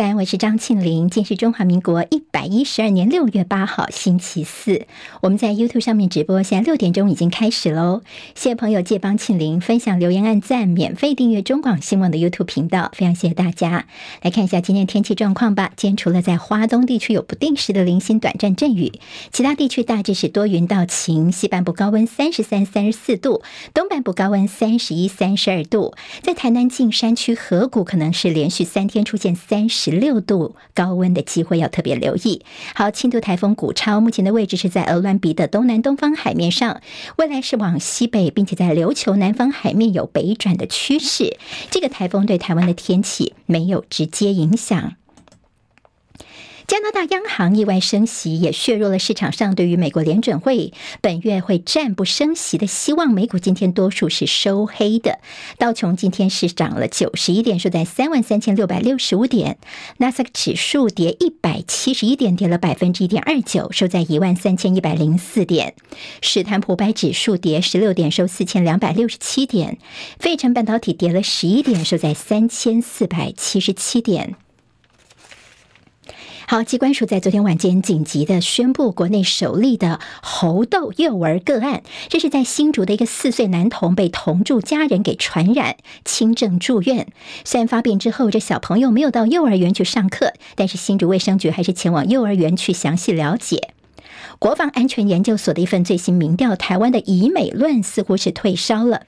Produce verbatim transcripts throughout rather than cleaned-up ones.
三，我是张庆玲。今天是中华民国一百一十二年六月八号，星期四。我们在 YouTube 上面直播，现在六点钟已经开始喽。谢谢朋友借帮庆玲分享、留言、按赞、免费订阅中广新闻的 YouTube 频道，非常谢谢大家。来看一下今天天气状况吧。今天除了在花东地区有不定时的零星短暂阵雨，其他地区大致是多云到晴。西半部高温三十三、三十四度，东半部高温三十一、三十二度。在台南近山区河谷，可能是连续三天出现三十六度高温的机会，要特别留意。好，轻度台风古超目前的位置是在鹅銮鼻的东南东方海面上，未来是往西北，并且在琉球南方海面有北转的趋势。这个台风对台湾的天气没有直接影响。加拿大央行意外升息，也削弱了市场上对于美国联准会本月会暂不升息的希望。美股今天多数是收黑的，道琼今天是涨了九十一点，收在三万三千六百六十五点；纳斯达克指数跌一百七十一点，跌了百分之一点二九，收在一万三千一百零四点；史坦普百指数跌十六点，收四千两百六十七点；费城半导体跌了十一点，收在三千四百七十七点。好，疾管署在昨天晚间紧急的宣布国内首例的猴痘幼儿个案，这是在新竹的一个四岁男童被同住家人给传染，轻症住院。虽然发病之后这小朋友没有到幼儿园去上课，但是新竹卫生局还是前往幼儿园去详细了解。国防安全研究所的一份最新民调，台湾的以美论似乎是退烧了。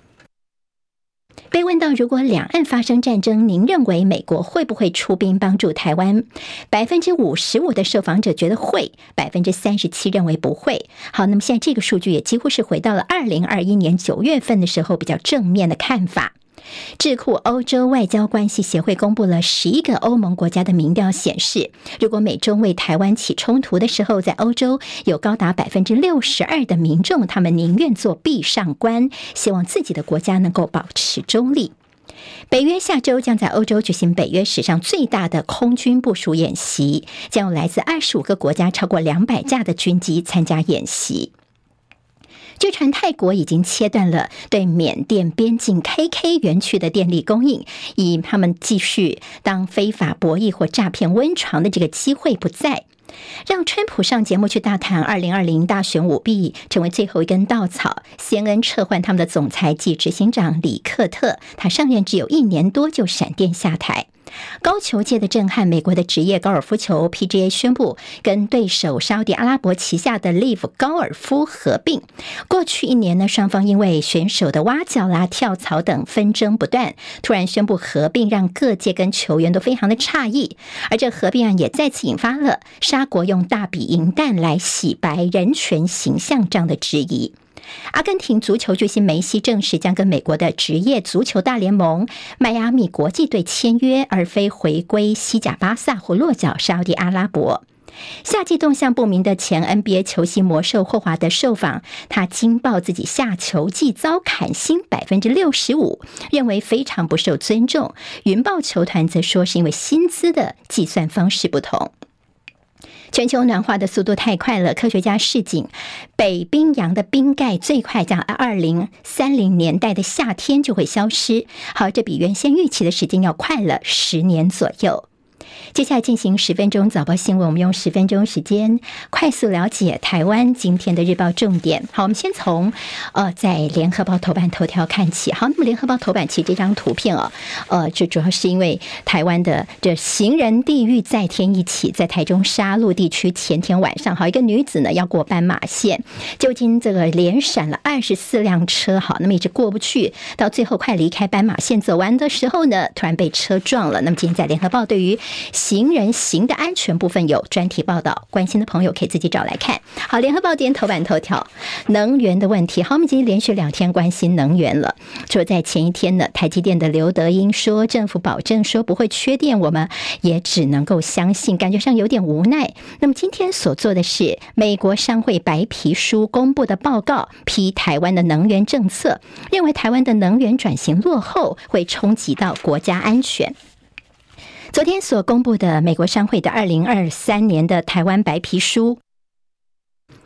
被问到如果两岸发生战争，您认为美国会不会出兵帮助台湾？百分之五十五的受访者觉得会，百分之三十七认为不会。好，那么现在这个数据也几乎是回到了二零二一年九月份的时候比较正面的看法。智库欧洲外交关系协会公布了十一个欧盟国家的民调显示，如果美中为台湾起冲突的时候，在欧洲有高达百分之六十二的民众，他们宁愿做壁上观，希望自己的国家能够保持中立。北约下周将在欧洲举行北约史上最大的空军部署演习，将有来自二十五个国家超过两百架的军机参加演习。据传泰国已经切断了对缅甸边境 K K 园区的电力供应，以他们继续当非法博弈或诈骗温床的这个机会不在。让川普上节目去大谈二零二零大选舞弊成为最后一根稻草， C N N 撤换他们的总裁及执行长里克特，他上任只有一年多就闪电下台。高球界的震撼，美国的职业高尔夫球 P G A 宣布跟对手沙特阿拉伯旗下的 L I V 高尔夫合并。过去一年呢，双方因为选手的挖角啦、跳槽等纷争不断，突然宣布合并，让各界跟球员都非常的诧异。而这合并案也再次引发了沙国用大笔银弹来洗白人权形象这样的质疑。阿根廷足球巨星梅西证实将跟美国的职业足球大联盟迈阿密国际队签约，而非回归西甲巴萨或落脚沙特阿拉伯。夏季动向不明的前 N B A 球星魔兽霍华德受访，他惊爆自己下球季遭砍薪 百分之六十五， 认为非常不受尊重。云豹球团则说是因为薪资的计算方式不同。全球暖化的速度太快了，科学家示警，北冰洋的冰盖最快在二零三零年代的夏天就会消失。好，这比原先预期的时间要快了十年左右。接下来进行十分钟早报新闻，我们用十分钟时间快速了解台湾今天的日报重点。好，我们先从呃在联合报头版头条看起。好，那么联合报头版其实这张图片哦，呃，这主要是因为台湾的这行人地狱再添一起，在台中沙鹿地区前天晚上，好，一个女子呢要过斑马线，究竟这个连闪了二十四辆车，好，那么一直过不去，到最后快离开斑马线走完的时候呢，突然被车撞了。那么今天在联合报对于行人行的安全部分有专题报道，关心的朋友可以自己找来看。好，联合报今天头版头条，能源的问题。好，我们今天连续两天关心能源了。除了在前一天呢，台积电的刘德英说政府保证说不会缺电，我们也只能够相信，感觉上有点无奈。那么今天所做的是美国商会白皮书公布的报告，批台湾的能源政策，认为台湾的能源转型落后，会冲击到国家安全。昨天所公布的美国商会的二零二三年的台湾白皮书，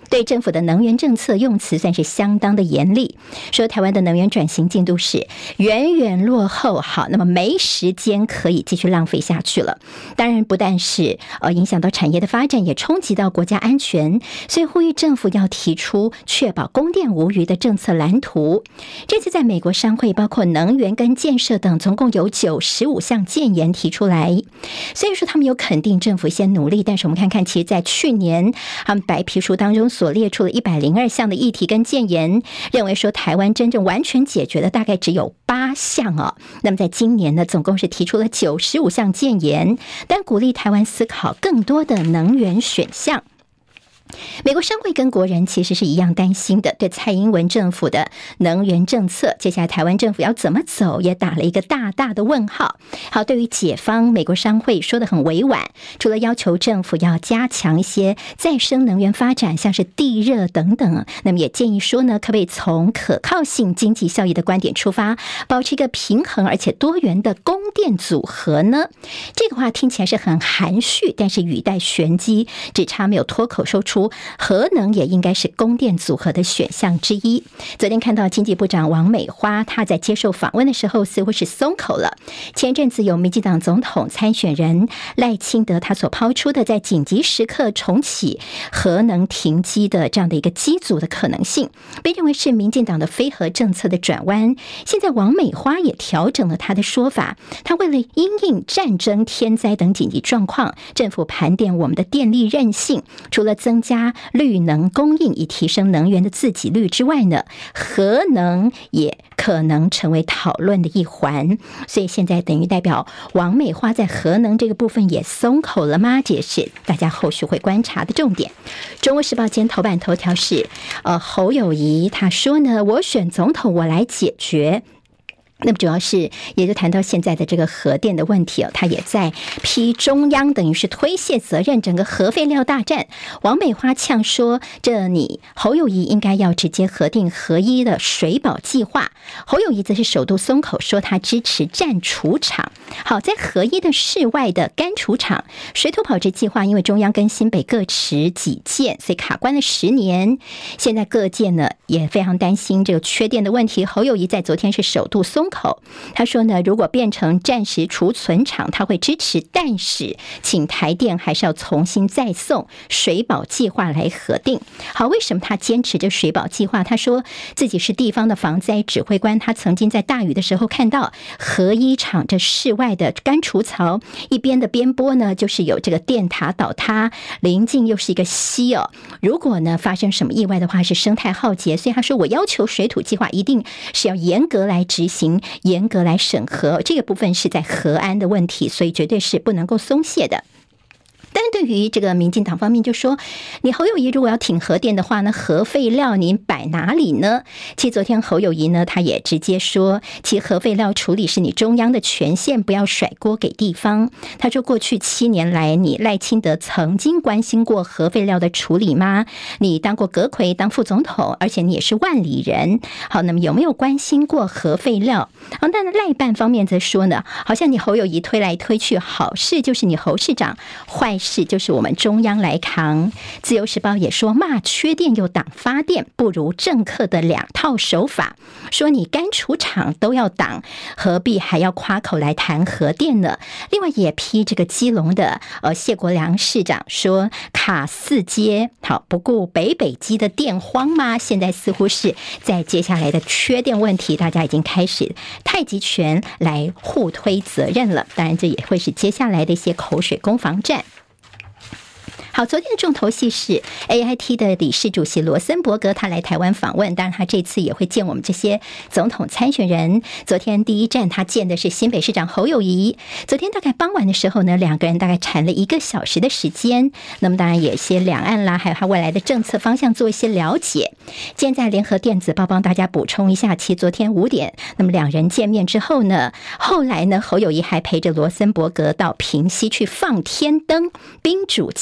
对政府的能源政策用词算是相当的严厉，说台湾的能源转型进度是远远落后，好，那么没时间可以继续浪费下去了。当然不但是呃影响到产业的发展，也冲击到国家安全，所以呼吁政府要提出确保供电无虞的政策蓝图。这次在美国商会包括能源跟建设等，总共有九十五项建言提出来。所以说他们有肯定政府一些努力，但是我们看看，其实在去年他们白皮书当中所列出了一百零二项的议题跟建言，认为说台湾真正完全解决的大概只有八项哦。那么在今年呢，总共是提出了九十五项建言，但鼓励台湾思考更多的能源选项。美国商会跟国人其实是一样担心的，对蔡英文政府的能源政策，接下来台湾政府要怎么走，也打了一个大大的问号。好，对于解方，美国商会说得很委婉，除了要求政府要加强一些再生能源发展，像是地热等等，那么也建议说呢，可不可以从可靠性、经济效益的观点出发，保持一个平衡而且多元的供电组合呢？这个话听起来是很含蓄，但是语带玄机，只差没有脱口说出核能也应该是供电组合的选项之一。昨天看到经济部长王美花，她在接受访问的时候似乎是松口了。前阵子有民进党总统参选人赖清德，他所抛出的在紧急时刻重启核能停机的这样的一个机组的可能性，被认为是民进党的非核政策的转弯。现在王美花也调整了他的说法，他为了因应战争、天灾等紧急状况，政府盘点我们的电力韧性，除了增加绿能供应以提升能源的自给率之外呢，核能也可能成为讨论的一环。所以现在等于代表王美花在核能这个部分也松口了吗？这也是大家后续会观察的重点。中国时报今天头版头条是呃侯友宜他说呢，我选总统我来解决。那么主要是也就谈到现在的这个核电的问题哦，他也在批中央等于是推卸责任，整个核废料大战。王美花呛说，这你侯友宜应该要直接核定核一的水保计划。侯友宜则是首度松口，说他支持战储厂。好，在核一的室外的干储厂水土保持计划，因为中央跟新北各持己见，所以卡关了十年。现在各界呢也非常担心这个缺电的问题。侯友宜在昨天是首度松口，他说呢，如果变成暂时储存厂，他会支持，但是请台电还是要重新再送水保计划来核定。好，为什么他坚持这水保计划？他说自己是地方的防灾指挥官，他曾经在大雨的时候看到核一厂这室外的干储槽，一边的边坡呢就是有这个电塔倒塌，临近又是一个溪哦，如果呢发生什么意外的话，是生态浩劫。所以他说，我要求水土计划一定是要严格来执行，严格来审核，这个部分是在核安的问题，所以绝对是不能够松懈的。但对于这个民进党方面就说，你侯友宜如果要挺核电的话呢，核废料您摆哪里呢？其实昨天侯友宜呢，他也直接说，其核废料处理是你中央的权限，不要甩锅给地方。他说，过去七年来，你赖清德曾经关心过核废料的处理吗？你当过阁揆，当副总统，而且你也是万里人。好，那么有没有关心过核废料？好，但赖办方面则说呢，好像你侯友宜推来推去，好事就是你侯市长，坏事是就是我们中央来扛。自由时报也说，骂缺电又挡发电，不如政客的两套手法，说你干储厂都要挡，何必还要夸口来谈核电呢？另外也批这个基隆的呃谢国良市长说，卡四街好不顾北北基的电荒吗？现在似乎是在接下来的缺电问题，大家已经开始太极拳来互推责任了。当然这也会是接下来的一些口水攻防战。好，昨天的重头戏是 A I T 的理事主席罗森伯格，他来台湾访问，当然他这次也会见我们这些总统参选人。昨天第一站他见的是新北市长侯友宜，昨天大概傍晚的时候呢，两个人大概谈了一个小时的时间，那么当然也一些两岸啦，还有他未来的政策方向做一些了解。今天在联合电子报帮大家补充一下，其实昨天五点，那么两人见面之后呢，后来呢，侯友宜还陪着罗森伯格到平溪去放天灯，宾主尽欢。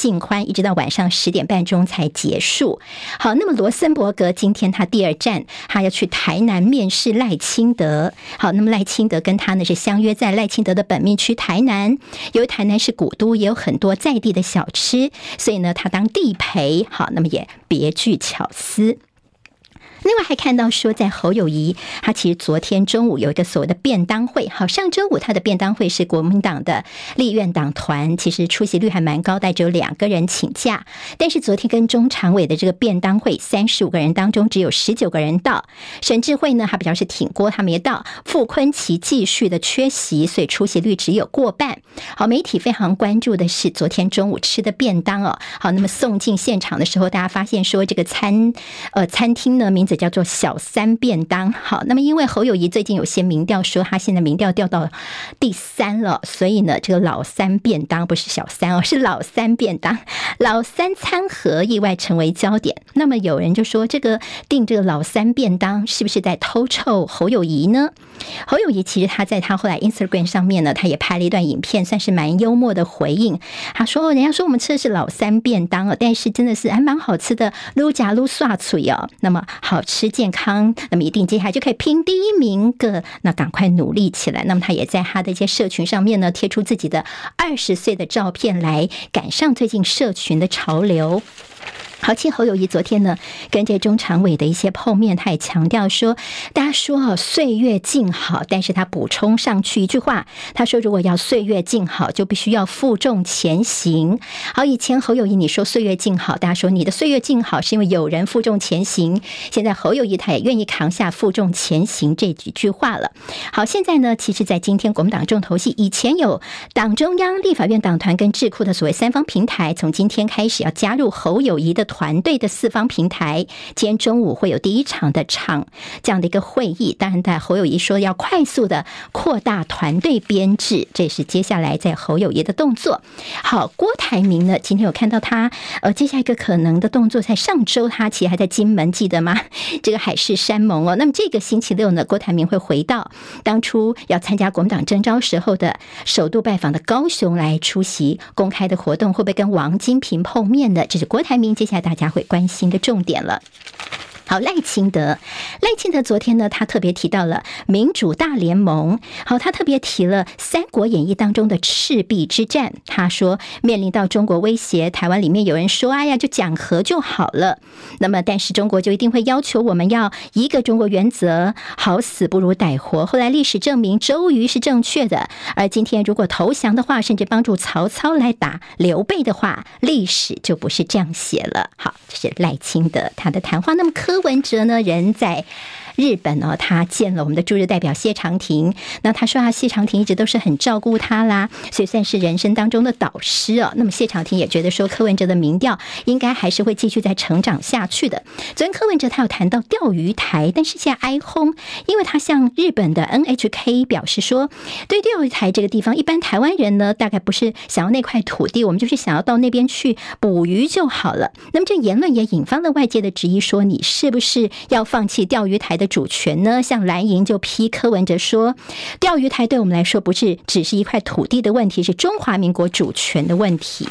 班，一直到晚上十点半钟才结束。好，那么罗森伯格今天他第二站，他要去台南面试赖清德。好，那么赖清德跟他呢是相约在赖清德的本命区台南，由于台南是古都，也有很多在地的小吃，所以呢他当地陪。好，那么也别具巧思。另外还看到说，在侯友宜，他其实昨天中午有一个所谓的便当会。好，上周五他的便当会是国民党的立院党团，其实出席率还蛮高，但只有两个人请假。但是昨天跟中常委的这个便当会，三十五个人当中只有十九个人到。沈智慧呢，他比较是挺郭，他没到。傅昆萁继续的缺席，所以出席率只有过半。好，媒体非常关注的是昨天中午吃的便当哦。好，那么送进现场的时候，大家发现说这个餐呃餐厅呢名字叫做小三便当。好，那么因为侯友宜最近有些民调说他现在民调掉到第三了，所以呢这个老三便当不是小三哦，是老三便当，老三餐盒意外成为焦点。那么有人就说这个订这个老三便当是不是在偷臭侯友宜呢？侯友宜其实他在他后来 Instagram 上面呢，他也拍了一段影片，算是蛮幽默的回应。他说人家说我们吃的是老三便当哦，但是真的是还蛮好吃的，撸夹撸刷脆哦，那么好吃健康，那么一定接下来就可以拼第一名个，那赶快努力起来。那么他也在他的一些社群上面呢贴出自己的二十岁的照片来赶上最近社群的潮流。好，其实侯友宜昨天呢跟这中常委的一些碰面，他也强调说，大家说哦岁月静好，但是他补充上去一句话，他说如果要岁月静好，就必须要负重前行。好，以前侯友宜你说岁月静好，大家说你的岁月静好是因为有人负重前行，现在侯友宜他也愿意扛下负重前行这几句话了。好，现在呢其实在今天国民党重头戏，以前有党中央、立法院党团跟智库的所谓三方平台，从今天开始要加入侯友宜的团队的四方平台，今天中午会有第一场的场这样的一个会议。当然在侯友宜说要快速的扩大团队编制，这是接下来在侯友宜的动作。好，郭台铭呢今天有看到他呃，接下来一个可能的动作，在上周他其实还在金门，记得吗？这个海誓山盟哦。那么这个星期六呢，郭台铭会回到当初要参加国民党征召时候的首度拜访的高雄来出席公开的活动，会不会跟王金平碰面呢？这是郭台铭接下来大家会关心的重点了。好，赖清德，赖清德昨天呢，他特别提到了民主大联盟。好，他特别提了《三国演义》当中的赤壁之战。他说，面临到中国威胁，台湾里面有人说，哎呀，就讲和就好了。那么，但是中国就一定会要求我们要一个中国原则，好死不如歹活。后来历史证明周瑜是正确的，而今天如果投降的话，甚至帮助曹操来打刘备的话，历史就不是这样写了。好，这是赖清德他的谈话。那么柯文哲呢，人在日本哦，他见了我们的驻日代表谢长廷，那他说啊，谢长廷一直都是很照顾他啦，所以算是人生当中的导师哦。那么谢长廷也觉得说，柯文哲的民调应该还是会继续在成长下去的。昨天柯文哲他有谈到钓鱼台，但是现在哀轰，因为他向日本的 N H K 表示说，对钓鱼台这个地方，一般台湾人呢，大概不是想要那块土地，我们就是想要到那边去捕鱼就好了。那么这言论也引发了外界的质疑，说你是不是要放弃钓鱼台的主权呢？像蓝营就批柯文哲说，钓鱼台对我们来说不是只是一块土地的问题，是中华民国主权的问题。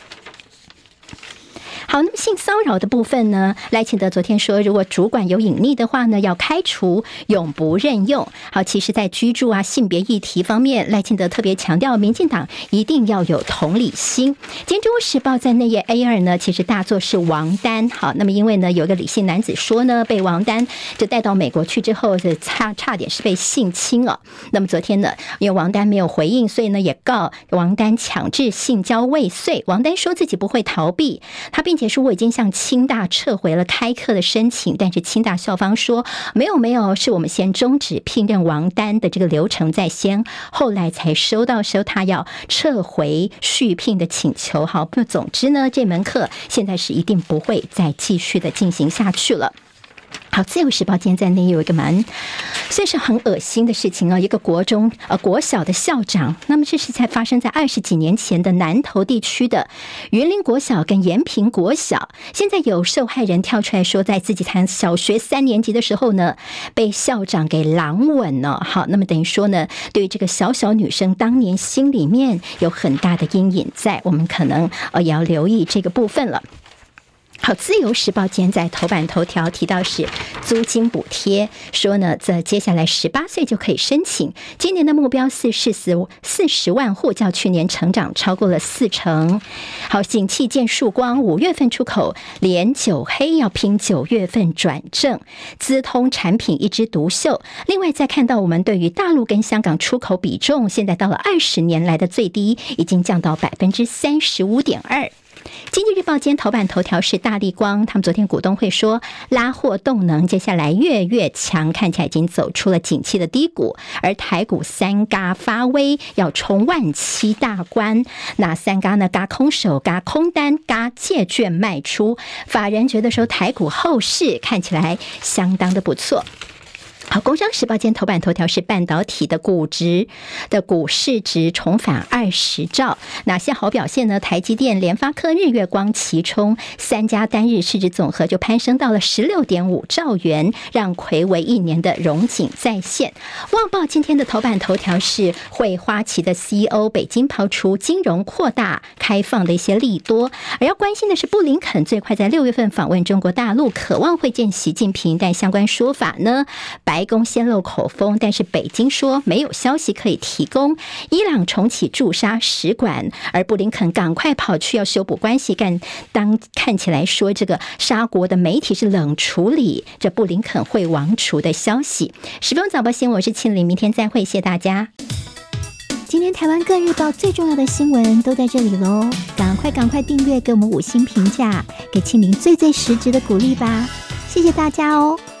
好，那么性骚扰的部分呢，赖清德昨天说，如果主管有隐匿的话呢，要开除，永不任用。好，其实在居住啊、性别议题方面，赖清德特别强调，民进党一定要有同理心。今天《中国时报》在内页 A 二 呢，其实大作是王丹。好，那么因为呢，有一个李姓男子说呢，被王丹就带到美国去之后，是差差点是被性侵哦。那么昨天呢，因为王丹没有回应，所以呢也告王丹强制性交未遂。王丹说自己不会逃避，他并且说我已经向清大撤回了开课的申请，但是清大校方说没有没有，是我们先终止聘任王丹的这个流程在先，后来才收到时候他要撤回续聘的请求。好，那总之呢，这门课现在是一定不会再继续的进行下去了。好，自由时报今天在内有一个蛮所以是很恶心的事情哦。一个国中呃国小的校长，那么这是才发生在二十几年前的南投地区的云林国小跟延平国小。现在有受害人跳出来说，在自己才小学三年级的时候呢，被校长给狼吻了。好，那么等于说呢，对于这个小小女生当年心里面有很大的阴影在，我们可能呃也要留意这个部分了。好，自由时报今天在头版头条提到是租金补贴，说呢，这接下来十八岁就可以申请，今年的目标是四十四十万户，较去年成长超过了四成。好，景气见曙光，五月份出口连九黑，要拼九月份转正，资通产品一枝独秀。另外再看到我们对于大陆跟香港出口比重，现在到了二十年来的最低，已经降到百分之三十五点二。经济日报今天头版头条是大立光，他们昨天股东会说拉货动能接下来越越强，看起来已经走出了景气的低谷，而台股三嘎发威，要冲万七大关。那三嘎呢？嘎空手、嘎空单、嘎借券卖出，法人觉得说台股后市看起来相当的不错。好，工商时报今天头版头条是半导体的股值的股市值重返二十兆，哪些好表现呢？台积电、联发科、日月光齐冲，三家单日市值总和就攀升到了 十六点五兆元，让睽违一年的荣景再现。旺报今天的头版头条是会花旗的 C E O 北京抛出金融扩大开放的一些利多，而要关心的是布林肯最快在六月份访问中国大陆，渴望会见习近平，但相关说法呢，白宫先露口风，但是北京说没有消息可以提供。伊朗重启驻沙使馆，而布林肯赶快跑去要修补关系，但当看起来说这个沙国的媒体是冷处理这布林肯会王储的消息。十分钟早报新闻，我是庆玲，明天再会，谢谢大家。 今天台湾各日报最重要的新闻都在这里咯，赶快赶快订阅，给我们五星评价，给庆玲最最实质的鼓励吧，谢谢大家哦。